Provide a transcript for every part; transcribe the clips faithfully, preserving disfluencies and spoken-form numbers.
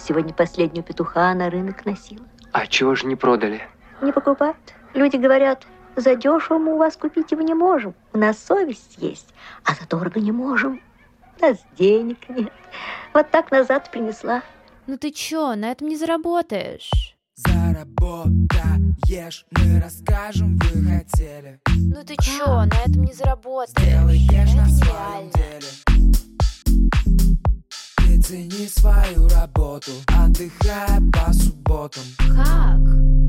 Сегодня последнюю петуха на рынок носила. А чего же не продали? Не покупают. Люди говорят, задешево мы у вас купить его не можем. У нас совесть есть, а задорого не можем. У нас денег нет. Вот так назад принесла. Ну ты чё, на этом не заработаешь? Заработаешь, мы расскажем, вы хотели. Ну ты чё, на этом не заработаешь? Сделаешь на Это своем нереально. деле. Ты цени свою работу, отдыхая по субботам. Как?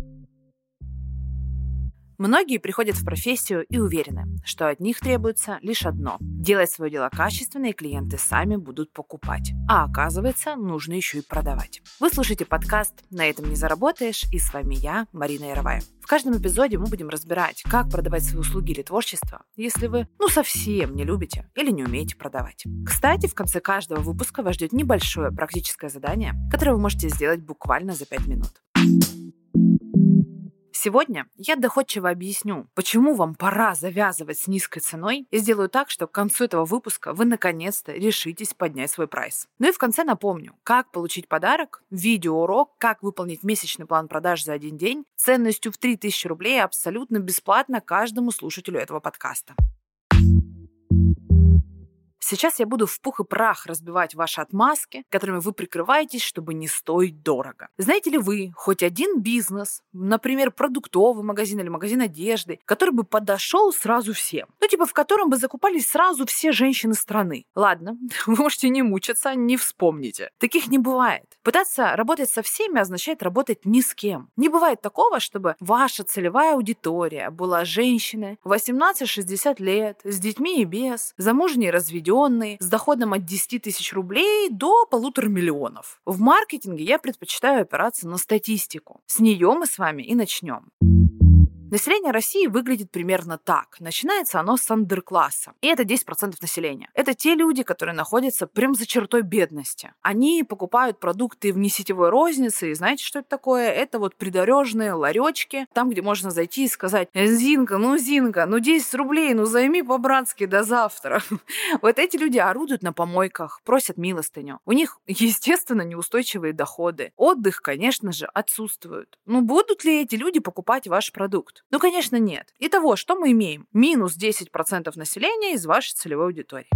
Многие приходят в профессию и уверены, что от них требуется лишь одно – делать свое дело качественно, и клиенты сами будут покупать. А оказывается, нужно еще и продавать. Вы слушаете подкаст «На этом не заработаешь», и с вами я, Марина Яровая. В каждом эпизоде мы будем разбирать, как продавать свои услуги или творчество, если вы, ну, совсем не любите или не умеете продавать. Кстати, в конце каждого выпуска вас ждет небольшое практическое задание, которое вы можете сделать буквально за пять минут. Сегодня я доходчиво объясню, почему вам пора завязывать с низкой ценой, и сделаю так, что к концу этого выпуска вы наконец-то решитесь поднять свой прайс. Ну и в конце напомню, как получить подарок, видеоурок, как выполнить месячный план продаж за один день ценностью в три тысячи рублей абсолютно бесплатно каждому слушателю этого подкаста. Сейчас я буду в пух и прах разбивать ваши отмазки, которыми вы прикрываетесь, чтобы не стоить дорого. Знаете ли вы хоть один бизнес, например, продуктовый магазин или магазин одежды, который бы подошел сразу всем? Ну, типа, в котором бы закупались сразу все женщины страны. Ладно, вы можете не мучиться, не вспомните. Таких не бывает. Пытаться работать со всеми означает работать ни с кем. Не бывает такого, чтобы ваша целевая аудитория была женщины восемнадцать-шестьдесят лет, с детьми и без, замужние, разведенные, с доходом от десяти тысяч рублей до полутора миллионов. В маркетинге я предпочитаю опираться на статистику. С нее мы с вами и начнем. Население России выглядит примерно так. Начинается оно с андеркласса. И это десять процентов населения. Это те люди, которые находятся прям за чертой бедности. Они покупают продукты в несетевой рознице. И знаете, что это такое? Это вот придорожные ларечки. Там, где можно зайти и сказать: «Зинка, ну, Зинка, ну, десять рублей, ну, займи по-братски до завтра». Вот эти люди орудуют на помойках, просят милостыню. У них, естественно, неустойчивые доходы. Отдых, конечно же, отсутствует. Но будут ли эти люди покупать ваш продукт? Ну, конечно, нет. Итого, что мы имеем? Минус десять процентов населения из вашей целевой аудитории.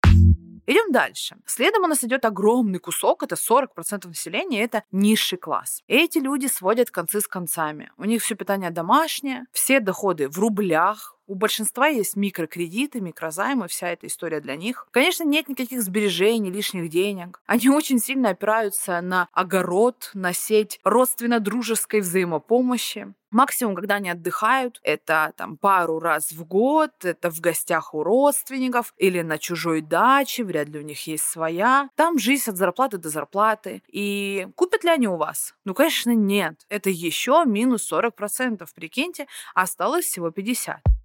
Идем дальше. Следом у нас идет огромный кусок, это сорок процентов населения, это низший класс. Эти люди сводят концы с концами. У них все питание домашнее, все доходы в рублях. У большинства есть микрокредиты, микрозаймы, вся эта история для них. Конечно, нет никаких сбережений, лишних денег. Они очень сильно опираются на огород, на сеть родственно-дружеской взаимопомощи. Максимум, когда они отдыхают, это там пару раз в год, это в гостях у родственников или на чужой даче, вряд ли у них есть своя. Там жизнь от зарплаты до зарплаты. И купят ли они у вас? Ну, конечно, нет. Это еще минус сорок процентов. Прикиньте, осталось всего пятьдесят процентов.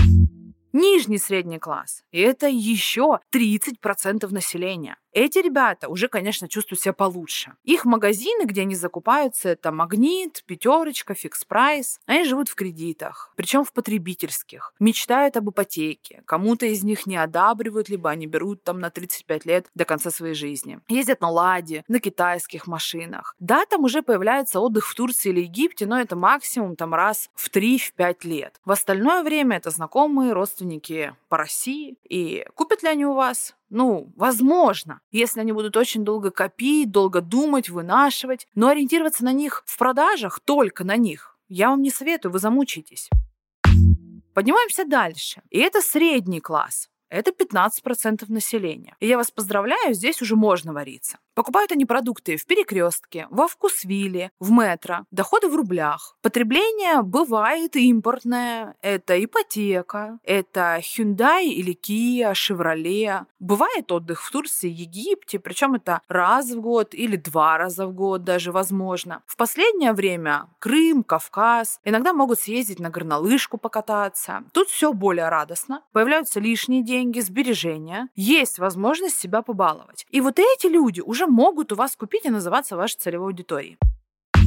Нижний средний класс. И это еще тридцать процентов населения. Эти ребята уже, конечно, чувствуют себя получше. Их магазины, где они закупаются, это Магнит, Пятерочка, Фикс Прайс. Они живут в кредитах, причем в потребительских. Мечтают об ипотеке. Кому-то из них не одабривают, либо они берут там на тридцать пять лет до конца своей жизни. Ездят на «Ладе», на китайских машинах. Да, там уже появляется отдых в Турции или Египте, но это максимум там раз в три-пять лет. В остальное время это знакомые, родственники по России. И купят ли они у вас? Ну, возможно, если они будут очень долго копить, долго думать, вынашивать, но ориентироваться на них в продажах, только на них, я вам не советую, вы замучаетесь. Поднимаемся дальше. И это средний класс. Это пятнадцать процентов населения. И я вас поздравляю, здесь уже можно вариться. Покупают они продукты в Перекрестке, во Вкусвилле, в Метро. Доходы в рублях. Потребление бывает импортное. Это ипотека, это Hyundai или Kia, Chevrolet. Бывает отдых в Турции, Египте, причем это раз в год или два раза в год даже возможно. В последнее время Крым, Кавказ. Иногда могут съездить на горнолыжку покататься. Тут все более радостно. Появляются лишние деньги, сбережения. Есть возможность себя побаловать. И вот эти люди уже могут у вас купить и называться вашей целевой аудиторией.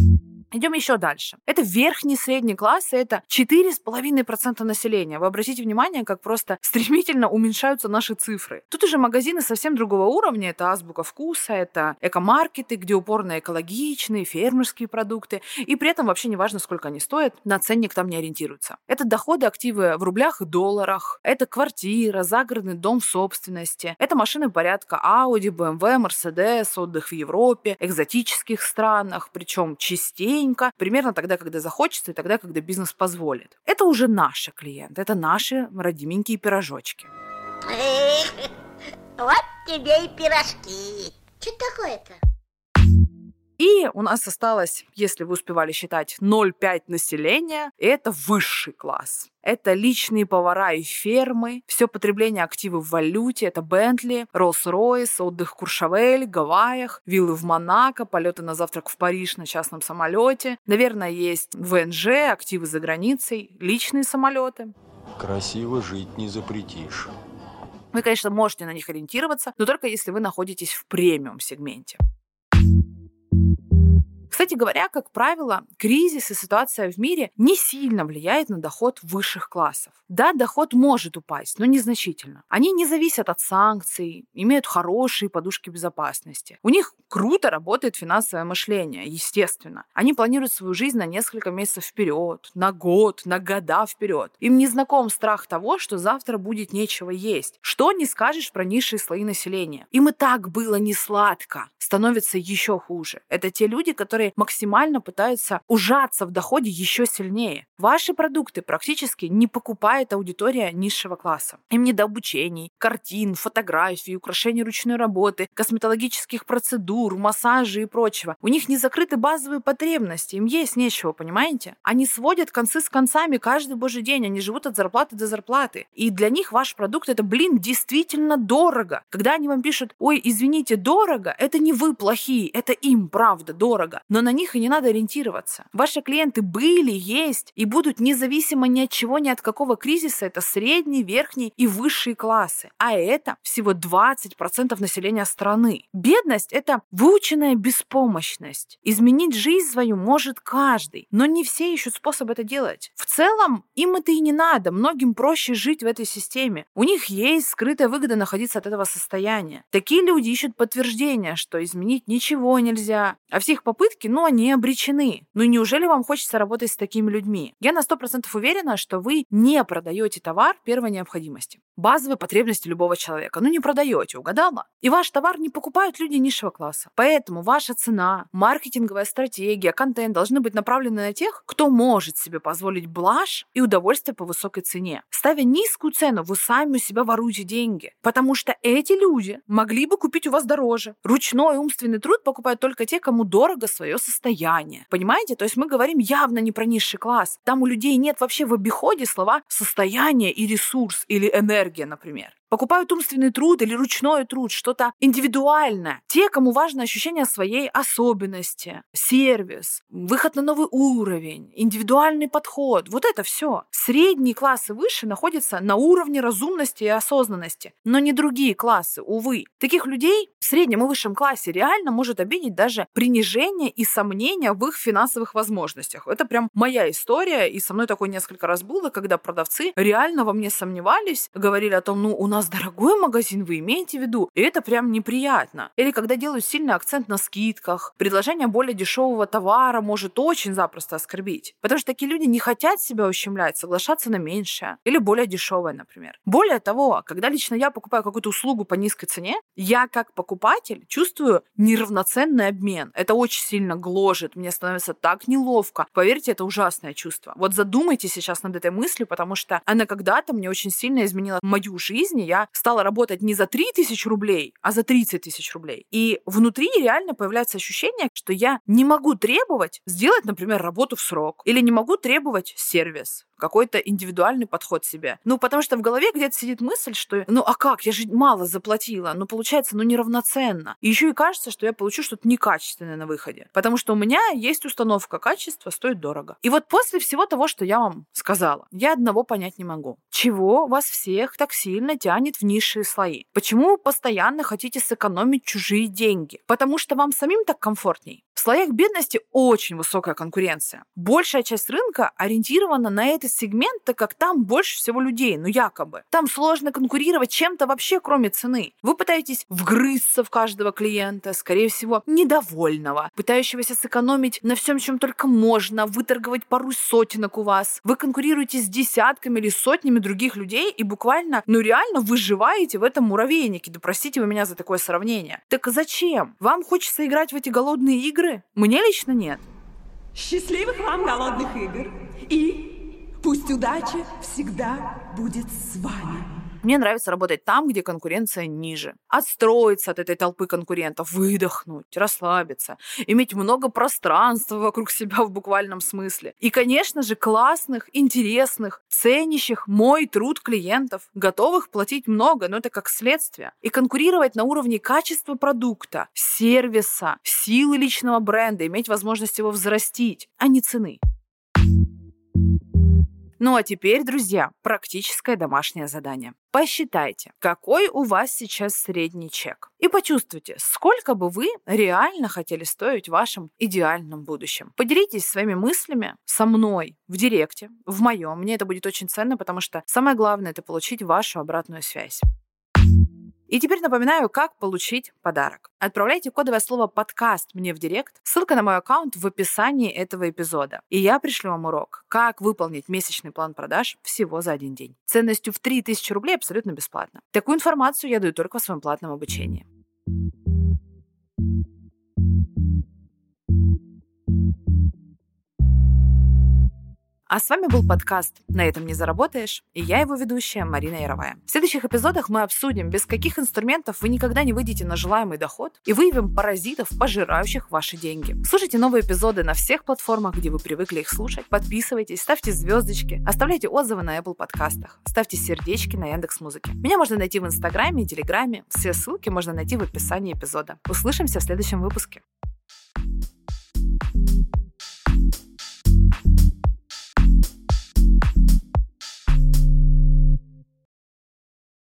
Идем еще дальше. Это верхний средний класс, и это четыре с половиной процента населения. Вы обратите внимание, как просто стремительно уменьшаются наши цифры. Тут уже магазины совсем другого уровня. Это азбука вкуса, это экомаркеты, где упор на экологичные, фермерские продукты. И при этом вообще не важно, сколько они стоят, на ценник там не ориентируются. Это доходы, активы в рублях и долларах. Это квартира, загородный дом в собственности. Это машины порядка Audi, бэ эм вэ, Mercedes, отдых в Европе, экзотических странах, причем частей, примерно тогда, когда захочется, и тогда, когда бизнес позволит. Это уже наши клиенты, это наши родименькие пирожочки. Вот тебе и пирожки. Что такое-то? И у нас осталось, если вы успевали считать, ноль целых пять десятых населения. Это высший класс. Это личные повара и фермы, все потребление активов в валюте, это Бентли, Роллс-Ройс, отдых в Куршавель, Гавайях, виллы в Монако, полеты на завтрак в Париж на частном самолете. Наверное, есть вэ эн жэ, активы за границей, личные самолеты. Красиво жить не запретишь. Вы, конечно, можете на них ориентироваться, но только если вы находитесь в премиум-сегменте. Кстати говоря, как правило, кризис и ситуация в мире не сильно влияет на доход высших классов. Да, доход может упасть, но незначительно. Они не зависят от санкций, имеют хорошие подушки безопасности. У них круто работает финансовое мышление, естественно. Они планируют свою жизнь на несколько месяцев вперед, на год, на года вперед. Им не знаком страх того, что завтра будет нечего есть. Что не скажешь про низшие слои населения. Им и так было не сладко, становится еще хуже. Это те люди, которые максимально пытаются ужаться в доходе еще сильнее. Ваши продукты практически не покупает аудитория низшего класса. Им не до обучений, картин, фотографий, украшений ручной работы, косметологических процедур, массажей и прочего. У них не закрыты базовые потребности, им есть нечего, понимаете? Они сводят концы с концами каждый божий день, они живут от зарплаты до зарплаты. И для них ваш продукт — это, блин, действительно дорого. Когда они вам пишут: ой, извините, дорого, это не вы плохие, это им, правда, дорого. Но на них и не надо ориентироваться. Ваши клиенты были, есть и будут независимо ни от чего, ни от какого кризиса. Это средний, верхний и высшие классы. А это всего двадцать процентов населения страны. Бедность — это выученная беспомощность. Изменить жизнь свою может каждый, но не все ищут способ это делать. В целом, им это и не надо. Многим проще жить в этой системе. У них есть скрытая выгода находиться от этого состояния. Такие люди ищут подтверждение, что изменить ничего нельзя. А все их попытки, ну, они обречены. Ну и неужели вам хочется работать с такими людьми? Я на сто процентов уверена, что вы не продаете товар первой необходимости. Базовые потребности любого человека. Ну не продаете, угадала? И ваш товар не покупают люди низшего класса. Поэтому ваша цена, маркетинговая стратегия, контент должны быть направлены на тех, кто может себе позволить блажь и удовольствие по высокой цене. Ставя низкую цену, вы сами у себя воруете деньги. Потому что эти люди могли бы купить у вас дороже. Ручной умственный труд покупают только те, кому дорого свое состояние. Понимаете? То есть мы говорим явно не про низший класс. Там у людей нет вообще в обиходе слова «состояние» и «ресурс» или «энергия», например. Покупают умственный труд или ручной труд, что-то индивидуальное. Те, кому важно ощущение своей особенности, сервис, выход на новый уровень, индивидуальный подход. Вот это все. Средние классы выше находятся на уровне разумности и осознанности, но не другие классы, увы. Таких людей в среднем и высшем классе реально может обидеть даже принижение и сомнения в их финансовых возможностях. Это прям моя история, и со мной такое несколько раз было, когда продавцы реально во мне сомневались, говорили о том, ну, у нас дорогой магазин, вы имеете в виду? И это прям неприятно. Или когда делают сильный акцент на скидках, предложение более дешевого товара может очень запросто оскорбить. Потому что такие люди не хотят себя ущемлять, соглашаться на меньшее. Или более дешевое, например. Более того, когда лично я покупаю какую-то услугу по низкой цене, я как покупатель чувствую неравноценный обмен. Это очень сильно гложет, мне становится так неловко. Поверьте, это ужасное чувство. Вот задумайтесь сейчас над этой мыслью, потому что она когда-то мне очень сильно изменила мою жизнь. Я стала работать не за три тысячи рублей, а за тридцать тысяч рублей. И внутри реально появляется ощущение, что я не могу требовать сделать, например, работу в срок. Или не могу требовать сервис, какой-то индивидуальный подход себе. Ну, потому что в голове где-то сидит мысль, что ну а как, я же мало заплатила. Ну, получается, ну неравноценно. И еще и кажется, что я получу что-то некачественное на выходе. Потому что у меня есть установка: качество стоит дорого. И вот после всего того, что я вам сказала, я одного понять не могу. Чего вас всех так сильно тянет в низшие слои? Почему вы постоянно хотите сэкономить чужие деньги? Потому что вам самим так комфортней? В слоях бедности очень высокая конкуренция. Большая часть рынка ориентирована на этот сегмент, так как там больше всего людей, ну якобы. Там сложно конкурировать чем-то вообще, кроме цены. Вы пытаетесь вгрызться в каждого клиента, скорее всего, недовольного, пытающегося сэкономить на всем, чем только можно, выторговать пару сотенок у вас. Вы конкурируете с десятками или сотнями других людей и буквально, ну реально выживаете в этом муравейнике. Да простите вы меня за такое сравнение. Так зачем? Вам хочется играть в эти голодные игры? Мне лично нет. Счастливых вам голодных игр. И пусть удача всегда будет с вами. Мне нравится работать там, где конкуренция ниже. Отстроиться от этой толпы конкурентов, выдохнуть, расслабиться, иметь много пространства вокруг себя в буквальном смысле. И, конечно же, классных, интересных, ценящих мой труд клиентов, готовых платить много, но это как следствие. И конкурировать на уровне качества продукта, сервиса, силы личного бренда, иметь возможность его взрастить, а не цены. Ну а теперь, друзья, практическое домашнее задание. Посчитайте, какой у вас сейчас средний чек. И почувствуйте, сколько бы вы реально хотели стоить в вашем идеальном будущем. Поделитесь своими мыслями со мной в директе, в моем. Мне это будет очень ценно, потому что самое главное – это получить вашу обратную связь. И теперь напоминаю, как получить подарок. Отправляйте кодовое слово «подкаст» мне в директ. Ссылка на мой аккаунт в описании этого эпизода. И я пришлю вам урок, как выполнить месячный план продаж всего за один день. Ценностью в три тысячи рублей абсолютно бесплатно. Такую информацию я даю только в своем платном обучении. А с вами был подкаст «На этом не заработаешь» и я его ведущая Марина Яровая. В следующих эпизодах мы обсудим, без каких инструментов вы никогда не выйдете на желаемый доход и выявим паразитов, пожирающих ваши деньги. Слушайте новые эпизоды на всех платформах, где вы привыкли их слушать. Подписывайтесь, ставьте звездочки, оставляйте отзывы на Apple подкастах, ставьте сердечки на Яндекс.Музыке. Меня можно найти в Инстаграме и Телеграме. Все ссылки можно найти в описании эпизода. Услышимся в следующем выпуске.